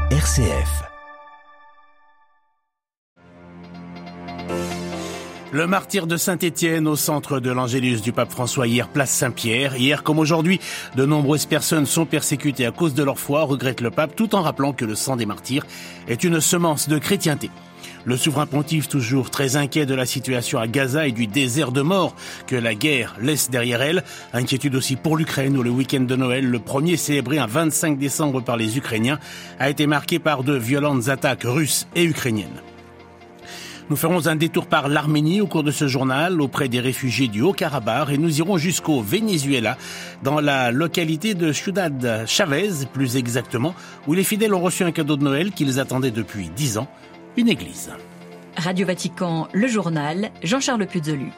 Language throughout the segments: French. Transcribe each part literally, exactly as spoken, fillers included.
R C F. Le martyre de Saint-Étienne au centre de l'Angélus du pape François, hier place Saint-Pierre. Hier comme aujourd'hui, de nombreuses personnes sont persécutées à cause de leur foi, regrette le pape, tout en rappelant que le sang des martyrs est une semence de chrétienté. Le souverain pontife, toujours très inquiet de la situation à Gaza et du désert de mort que la guerre laisse derrière elle. Inquiétude aussi pour l'Ukraine où le week-end de Noël, le premier célébré un vingt-cinq décembre par les Ukrainiens, a été marqué par de violentes attaques russes et ukrainiennes. Nous ferons un détour par l'Arménie au cours de ce journal, auprès des réfugiés du Haut-Karabakh, et nous irons jusqu'au Venezuela, dans la localité de Ciudad Chavez, plus exactement, où les fidèles ont reçu un cadeau de Noël qu'ils attendaient depuis dix ans, une église. Radio Vatican, le journal, Jean-Charles Puzolu.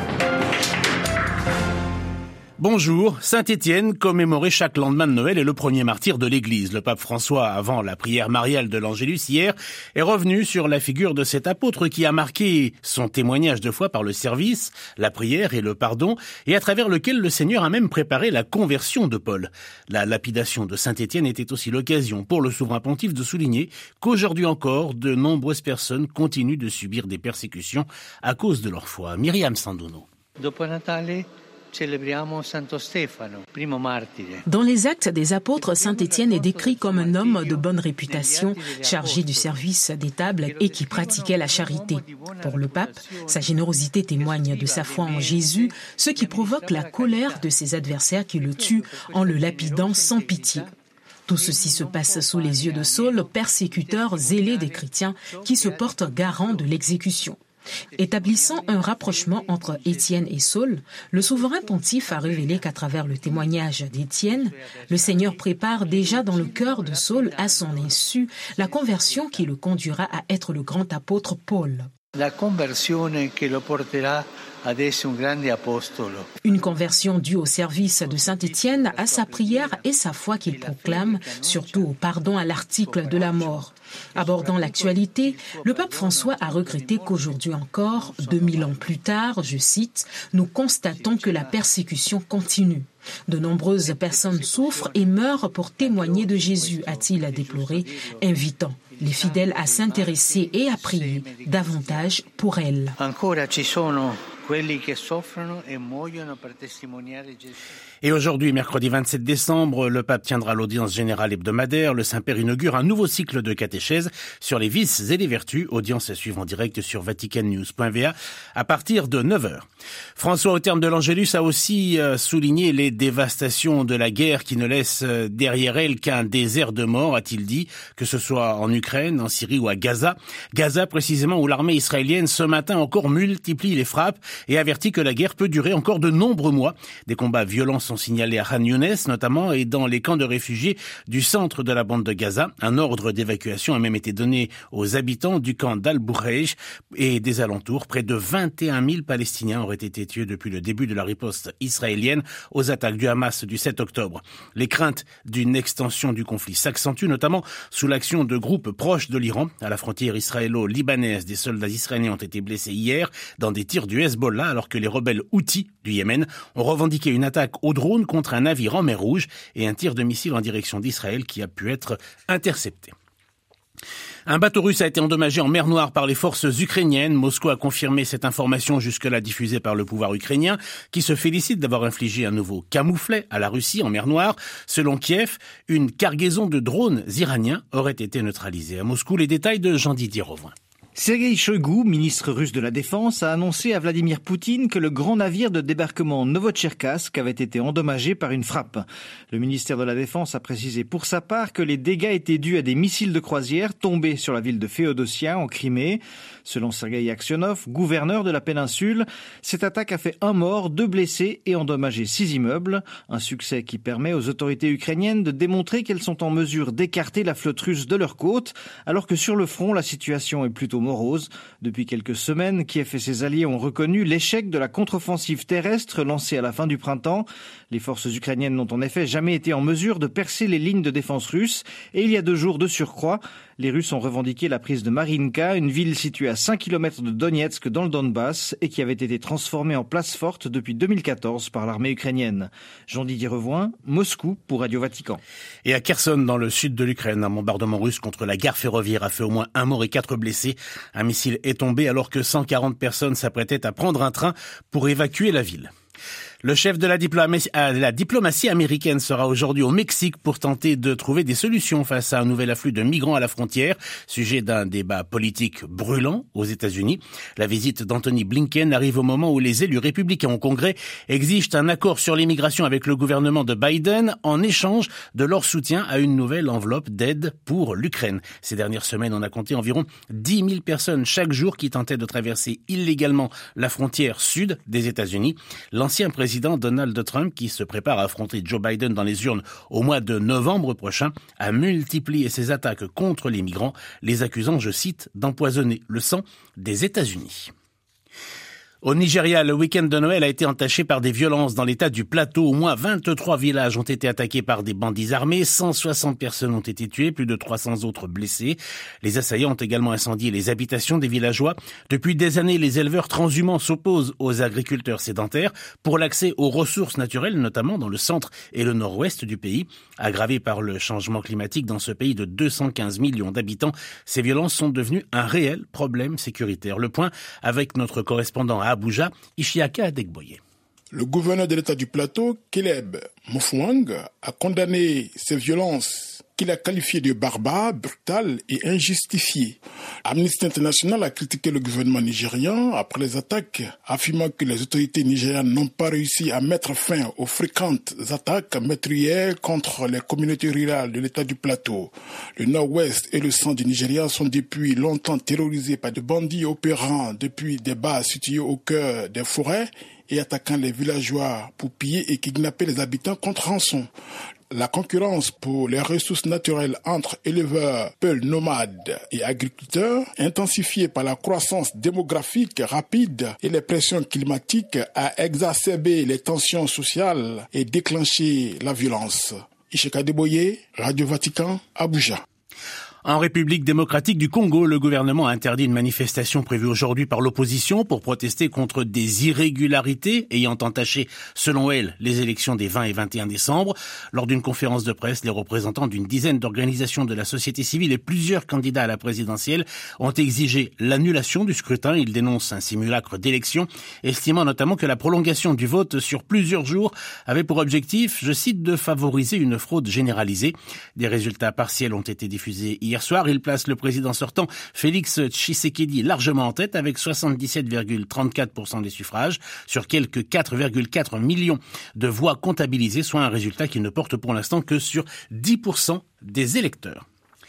Bonjour, Saint-Étienne, commémoré chaque lendemain de Noël, est le premier martyr de l'Église. Le pape François, avant la prière mariale de l'Angélus hier, est revenu sur la figure de cet apôtre qui a marqué son témoignage de foi par le service, la prière et le pardon, et à travers lequel le Seigneur a même préparé la conversion de Paul. La lapidation de Saint-Étienne était aussi l'occasion pour le souverain pontife de souligner qu'aujourd'hui encore, de nombreuses personnes continuent de subir des persécutions à cause de leur foi. Myriam Sandono. Dopo Natale, celebriamo Santo Stefano, primo martire. Dans les Actes des Apôtres, Saint-Étienne est décrit comme un homme de bonne réputation, chargé du service des tables et qui pratiquait la charité. Pour le pape, sa générosité témoigne de sa foi en Jésus, ce qui provoque la colère de ses adversaires qui le tuent en le lapidant sans pitié. Tout ceci se passe sous les yeux de Saul, persécuteur zélé des chrétiens qui se porte garant de l'exécution. Établissant un rapprochement entre Étienne et Saul, le souverain pontife a révélé qu'à travers le témoignage d'Étienne, le Seigneur prépare déjà dans le cœur de Saul, à son insu, la conversion qui le conduira à être le grand apôtre Paul. La conversione che lo porterà ad essere un grande apostolo. Une conversion due au service de Saint-Étienne, à sa prière et sa foi qu'il proclame, surtout au pardon à l'article de la mort. Abordant l'actualité, le pape François a regretté qu'aujourd'hui encore, deux mille ans plus tard, je cite, « nous constatons que la persécution continue. De nombreuses personnes souffrent et meurent pour témoigner de Jésus », a-t-il déploré, invitant les fidèles à s'intéresser et à prier davantage pour elles. Et aujourd'hui, mercredi vingt-sept décembre, le pape tiendra l'audience générale hebdomadaire. Le Saint-Père inaugure un nouveau cycle de catéchèse sur les vices et les vertus. Audience à suivre en direct sur vatican news point v a à partir de neuf heures. François, au terme de l'Angélus, a aussi souligné les dévastations de la guerre qui ne laissent derrière elle qu'un désert de mort, a-t-il dit, que ce soit en Ukraine, en Syrie ou à Gaza. Gaza, précisément, où l'armée israélienne, ce matin encore, multiplie les frappes et avertit que la guerre peut durer encore de nombreux mois. Des combats violents sont signalés à Khan Younes, notamment, et dans les camps de réfugiés du centre de la bande de Gaza. Un ordre d'évacuation a même été donné aux habitants du camp d'Al-Boureij et des alentours. Près de vingt et un mille Palestiniens auraient été tués depuis le début de la riposte israélienne aux attaques du Hamas du sept octobre. Les craintes d'une extension du conflit s'accentuent, notamment sous l'action de groupes proches de l'Iran. À la frontière israélo-libanaise, des soldats israéliens ont été blessés hier dans des tirs du Hezbollah, alors que les rebelles houthis du Yémen ont revendiqué une attaque au drone contre un navire en mer Rouge et un tir de missile en direction d'Israël qui a pu être intercepté. Un bateau russe a été endommagé en mer Noire par les forces ukrainiennes. Moscou a confirmé cette information jusque-là diffusée par le pouvoir ukrainien, qui se félicite d'avoir infligé un nouveau camouflet à la Russie en mer Noire. Selon Kiev, une cargaison de drones iraniens aurait été neutralisée. À Moscou, les détails de Jean-Didier Rovoin. Sergueï Shoigu, ministre russe de la Défense, a annoncé à Vladimir Poutine que le grand navire de débarquement Novotcherkassk avait été endommagé par une frappe. Le ministère de la Défense a précisé pour sa part que les dégâts étaient dus à des missiles de croisière tombés sur la ville de Féodosia en Crimée. Selon Sergueï Aksionov, gouverneur de la péninsule, cette attaque a fait un mort, deux blessés et endommagé six immeubles. Un succès qui permet aux autorités ukrainiennes de démontrer qu'elles sont en mesure d'écarter la flotte russe de leur côte, alors que sur le front, la situation est plutôt morose. Depuis quelques semaines, Kiev et ses alliés ont reconnu l'échec de la contre-offensive terrestre lancée à la fin du printemps. Les forces ukrainiennes n'ont en effet jamais été en mesure de percer les lignes de défense russes et il y a deux jours de surcroît, Les Russes ont revendiqué la prise de Marinka, une ville située à cinq kilomètres de Donetsk dans le Donbass et qui avait été transformée en place forte depuis deux mille quatorze par l'armée ukrainienne. Jean-Didier Revoin, Moscou pour Radio Vatican. Et à Kherson, dans le sud de l'Ukraine, un bombardement russe contre la gare ferroviaire a fait au moins un mort et quatre blessés. Un missile est tombé alors que cent quarante personnes s'apprêtaient à prendre un train pour évacuer la ville. Le chef de la diplomatie, la diplomatie américaine sera aujourd'hui au Mexique pour tenter de trouver des solutions face à un nouvel afflux de migrants à la frontière, sujet d'un débat politique brûlant aux États-Unis. La visite d'Anthony Blinken arrive au moment où les élus républicains au Congrès exigent un accord sur l'immigration avec le gouvernement de Biden en échange de leur soutien à une nouvelle enveloppe d'aide pour l'Ukraine. Ces dernières semaines, on a compté environ dix mille personnes chaque jour qui tentaient de traverser illégalement la frontière sud des États-Unis. L'ancien président président Donald Trump, qui se prépare à affronter Joe Biden dans les urnes au mois de novembre prochain, a multiplié ses attaques contre les migrants, les accusant, je cite, d'empoisonner le sang des États-Unis. Au Nigeria, le week-end de Noël a été entaché par des violences dans l'état du Plateau. Au moins vingt-trois villages ont été attaqués par des bandits armés. cent soixante personnes ont été tuées, plus de trois cents autres blessés. Les assaillants ont également incendié les habitations des villageois. Depuis des années, les éleveurs transhumants s'opposent aux agriculteurs sédentaires pour l'accès aux ressources naturelles, notamment dans le centre et le nord-ouest du pays. Aggravées par le changement climatique dans ce pays de deux cent quinze millions d'habitants, ces violences sont devenues un réel problème sécuritaire. Le point avec notre correspondant à Abuja, Ishiaka Adegboye. Le gouverneur de l'État du Plateau, Caleb Mufwang, a condamné ces violences qu'il a qualifiées de barbares, brutales et injustifiées. Amnesty International a critiqué le gouvernement nigérian après les attaques, affirmant que les autorités nigérianes n'ont pas réussi à mettre fin aux fréquentes attaques meurtrières contre les communautés rurales de l'État du Plateau. Le nord-ouest et le centre du Nigeria sont depuis longtemps terrorisés par des bandits opérant depuis des bases situées au cœur des forêts et attaquant les villageois pour piller et kidnapper les habitants contre rançon. La concurrence pour les ressources naturelles entre éleveurs, peuls nomades et agriculteurs, intensifiée par la croissance démographique rapide et les pressions climatiques, a exacerbé les tensions sociales et déclenché la violence. Isheka Deboye, Radio Vatican, Abuja. En République démocratique du Congo, le gouvernement a interdit une manifestation prévue aujourd'hui par l'opposition pour protester contre des irrégularités ayant entaché, selon elle, les élections des vingt et vingt et un décembre. Lors d'une conférence de presse, les représentants d'une dizaine d'organisations de la société civile et plusieurs candidats à la présidentielle ont exigé l'annulation du scrutin. Ils dénoncent un simulacre d'élection, estimant notamment que la prolongation du vote sur plusieurs jours avait pour objectif, je cite, de favoriser une fraude généralisée. Des résultats partiels ont été diffusés hier soir. Il place le président sortant, Félix Tshisekedi, largement en tête avec soixante-dix-sept virgule trente-quatre pour cent des suffrages sur quelques quatre virgule quatre millions de voix comptabilisées, soit un résultat qui ne porte pour l'instant que sur dix pour cent des électeurs.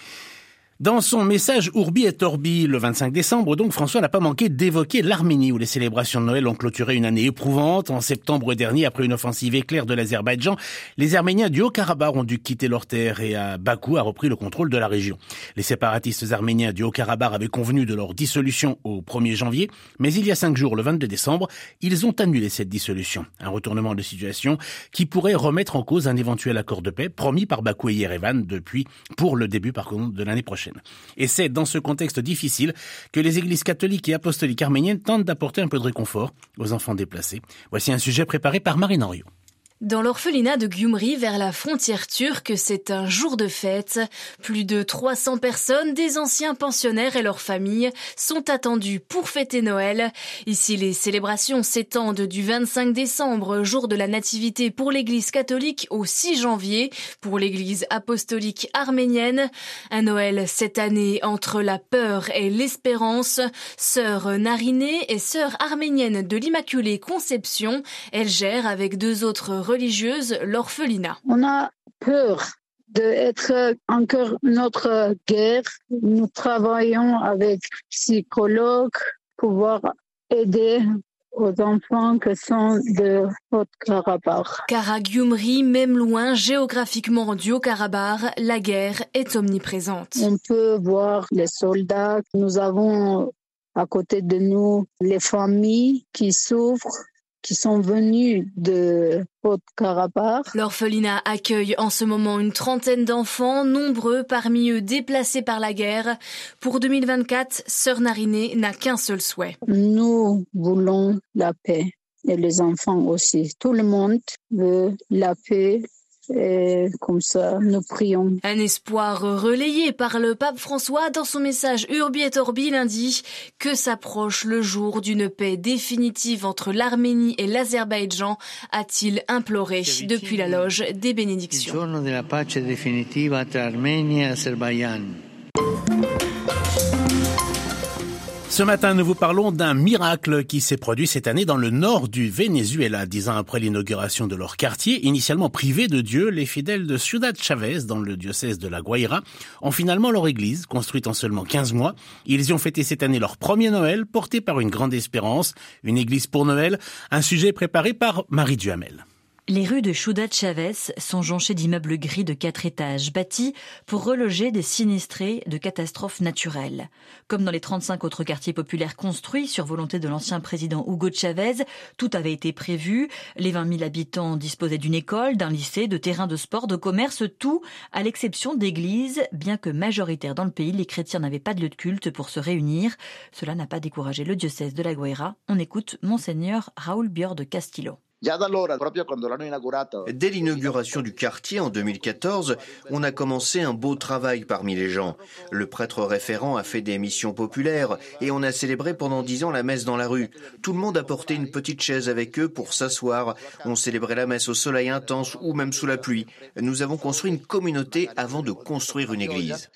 Dans son message Urbi et Orbi, le vingt-cinq décembre, donc, François n'a pas manqué d'évoquer l'Arménie, où les célébrations de Noël ont clôturé une année éprouvante. En septembre dernier, après une offensive éclair de l'Azerbaïdjan, les Arméniens du Haut-Karabakh ont dû quitter leur terre et à Bakou a repris le contrôle de la région. Les séparatistes arméniens du Haut-Karabakh avaient convenu de leur dissolution au premier janvier, mais il y a cinq jours, le vingt-deux décembre, ils ont annulé cette dissolution. Un retournement de situation qui pourrait remettre en cause un éventuel accord de paix promis par Bakou et Yerevan depuis, pour le début par contre de l'année prochaine. Et c'est dans ce contexte difficile que les églises catholiques et apostoliques arméniennes tentent d'apporter un peu de réconfort aux enfants déplacés. Voici un sujet préparé par Marine Henriot. Dans l'orphelinat de Gyumri, vers la frontière turque, c'est un jour de fête. Plus de trois cents personnes, des anciens pensionnaires et leurs familles, sont attendues pour fêter Noël. Ici, les célébrations s'étendent du vingt-cinq décembre, jour de la Nativité pour l'église catholique, au six janvier, pour l'église apostolique arménienne. Un Noël cette année entre la peur et l'espérance. Sœur Nariné est sœur arménienne de l'Immaculée Conception. Elle gère avec deux autres religieuse, l'orphelinat. On a peur d'être encore notre guerre. Nous travaillons avec psychologues pour pouvoir aider aux enfants qui sont de Haut-Karabakh. Car à Gyumri, même loin géographiquement du Haut-Karabakh, la guerre est omniprésente. On peut voir les soldats. Nous avons à côté de nous les familles qui souffrent. qui sont venus de Haut-Karabakh. L'orphelinat accueille en ce moment une trentaine d'enfants, nombreux parmi eux déplacés par la guerre. Pour deux mille vingt-quatre, Sœur Nariné n'a qu'un seul souhait. Nous voulons la paix et les enfants aussi. Tout le monde veut la paix. Et comme ça, nous prions. Un espoir relayé par le pape François dans son message Urbi et Orbi lundi, que s'approche le jour d'une paix définitive entre l'Arménie et l'Azerbaïdjan, a-t-il imploré depuis la loge des bénédictions. Il giorno della pace definitiva tra Armenia e Azerbaijan. Ce matin, nous vous parlons d'un miracle qui s'est produit cette année dans le nord du Venezuela. Dix ans après l'inauguration de leur quartier, initialement privé de Dieu, les fidèles de Ciudad Chavez, dans le diocèse de La Guaira, ont finalement leur église, construite en seulement quinze mois. Ils y ont fêté cette année leur premier Noël, porté par une grande espérance. Une église pour Noël, un sujet préparé par Marie Duhamel. Les rues de Ciudad Chavez sont jonchées d'immeubles gris de quatre étages, bâtis pour reloger des sinistrés de catastrophes naturelles. Comme dans les trente-cinq autres quartiers populaires construits sur volonté de l'ancien président Hugo Chavez, tout avait été prévu. Les vingt mille habitants disposaient d'une école, d'un lycée, de terrains de sport, de commerce, tout à l'exception d'églises, bien que majoritaires dans le pays, les chrétiens n'avaient pas de lieu de culte pour se réunir. Cela n'a pas découragé le diocèse de La Guaira. On écoute Monseigneur Raúl Bior de Castillo. Dès l'inauguration du quartier en deux mille quatorze, on a commencé un beau travail parmi les gens. Le prêtre référent a fait des missions populaires et on a célébré pendant dix ans la messe dans la rue. Tout le monde a porté une petite chaise avec eux pour s'asseoir. On célébrait la messe au soleil intense ou même sous la pluie. Nous avons construit une communauté avant de construire une église.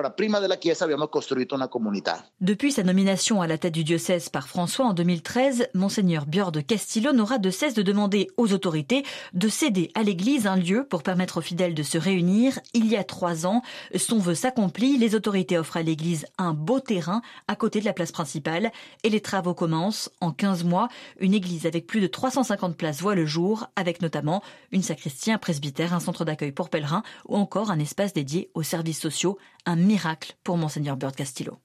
Depuis sa nomination à la tête du diocèse par François en deux mille treize, Monseigneur Bior de Castillo n'aura de cesse de demander aux autorités de céder à l'église un lieu pour permettre aux fidèles de se réunir. Il y a trois ans, son vœu s'accomplit. Les autorités offrent à l'église un beau terrain à côté de la place principale et les travaux commencent. En quinze mois, une église avec plus de trois cent cinquante places voit le jour, avec notamment une sacristie, un presbytère, un centre d'accueil pour pèlerins ou encore un espace dédié aux services sociaux. Un miracle pour Monseigneur Bior de Castillo.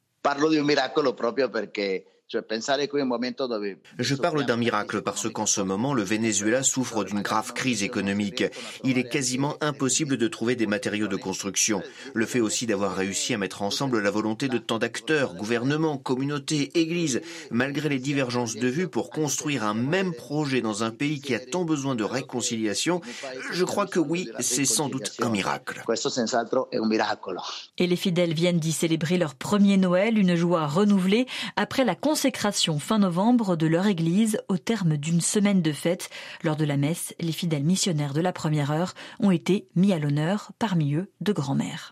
Je parle d'un miracle parce qu'en ce moment, le Venezuela souffre d'une grave crise économique. Il est quasiment impossible de trouver des matériaux de construction. Le fait aussi d'avoir réussi à mettre ensemble la volonté de tant d'acteurs, gouvernements, communautés, églises, malgré les divergences de vues pour construire un même projet dans un pays qui a tant besoin de réconciliation, je crois que oui, c'est sans doute un miracle. Et les fidèles viennent d'y célébrer leur premier Noël, une joie renouvelée après la consécration fin novembre de leur église au terme d'une semaine de fête. Lors de la messe, les fidèles missionnaires de la première heure ont été mis à l'honneur, parmi eux de grands-mères.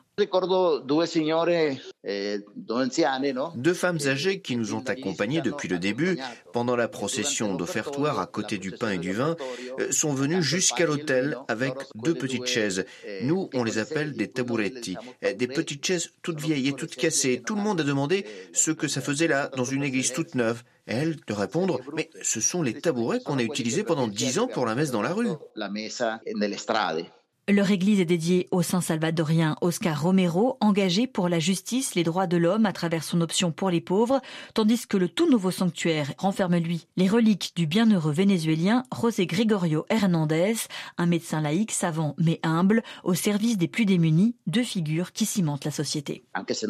Deux femmes âgées qui nous ont accompagnés depuis le début, pendant la procession d'offertoire à côté du pain et du vin, sont venues jusqu'à l'autel avec deux petites chaises. Nous, on les appelle des taburetti, des petites chaises toutes vieilles et toutes cassées. Tout le monde a demandé ce que ça faisait là, dans une église toute neuve. Et elle de répondre, mais ce sont les tabourets qu'on a utilisés pendant dix ans pour la messe dans la rue. Leur église est dédiée au saint salvadorien Oscar Romero, engagé pour la justice, les droits de l'homme à travers son option pour les pauvres, tandis que le tout nouveau sanctuaire renferme, lui, les reliques du bienheureux vénézuélien José Gregorio Hernández, un médecin laïque, savant mais humble, au service des plus démunis, deux figures qui cimentent la société.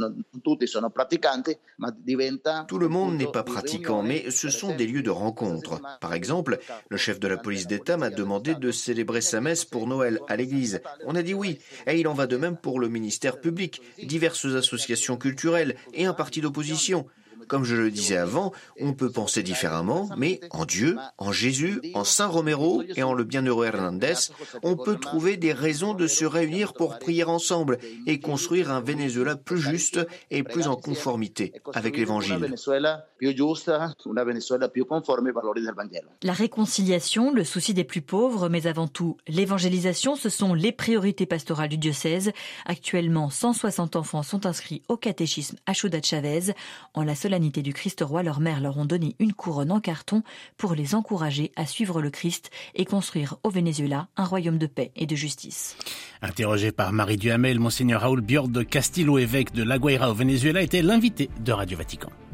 Tout le monde n'est pas pratiquant, mais ce sont des lieux de rencontre. Par exemple, le chef de la police d'État m'a demandé de célébrer sa messe pour Noël à l'église. On a dit oui, et il en va de même pour le ministère public, diverses associations culturelles et un parti d'opposition. Comme je le disais avant, on peut penser différemment, mais en Dieu, en Jésus, en Saint Romero et en le bienheureux Hernandez, on peut trouver des raisons de se réunir pour prier ensemble et construire un Venezuela plus juste et plus en conformité avec l'Évangile. La réconciliation, le souci des plus pauvres, mais avant tout l'évangélisation, ce sont les priorités pastorales du diocèse. Actuellement, cent soixante enfants sont inscrits au catéchisme à Ciudad Chavez. En la solennité du Christ roi, leurs mères leur ont donné une couronne en carton pour les encourager à suivre le Christ et construire au Venezuela un royaume de paix et de justice. Interrogé par Marie Duhamel, Monseigneur Raúl Bior de Castillo, évêque de La Guaira au Venezuela, était l'invité de Radio Vatican.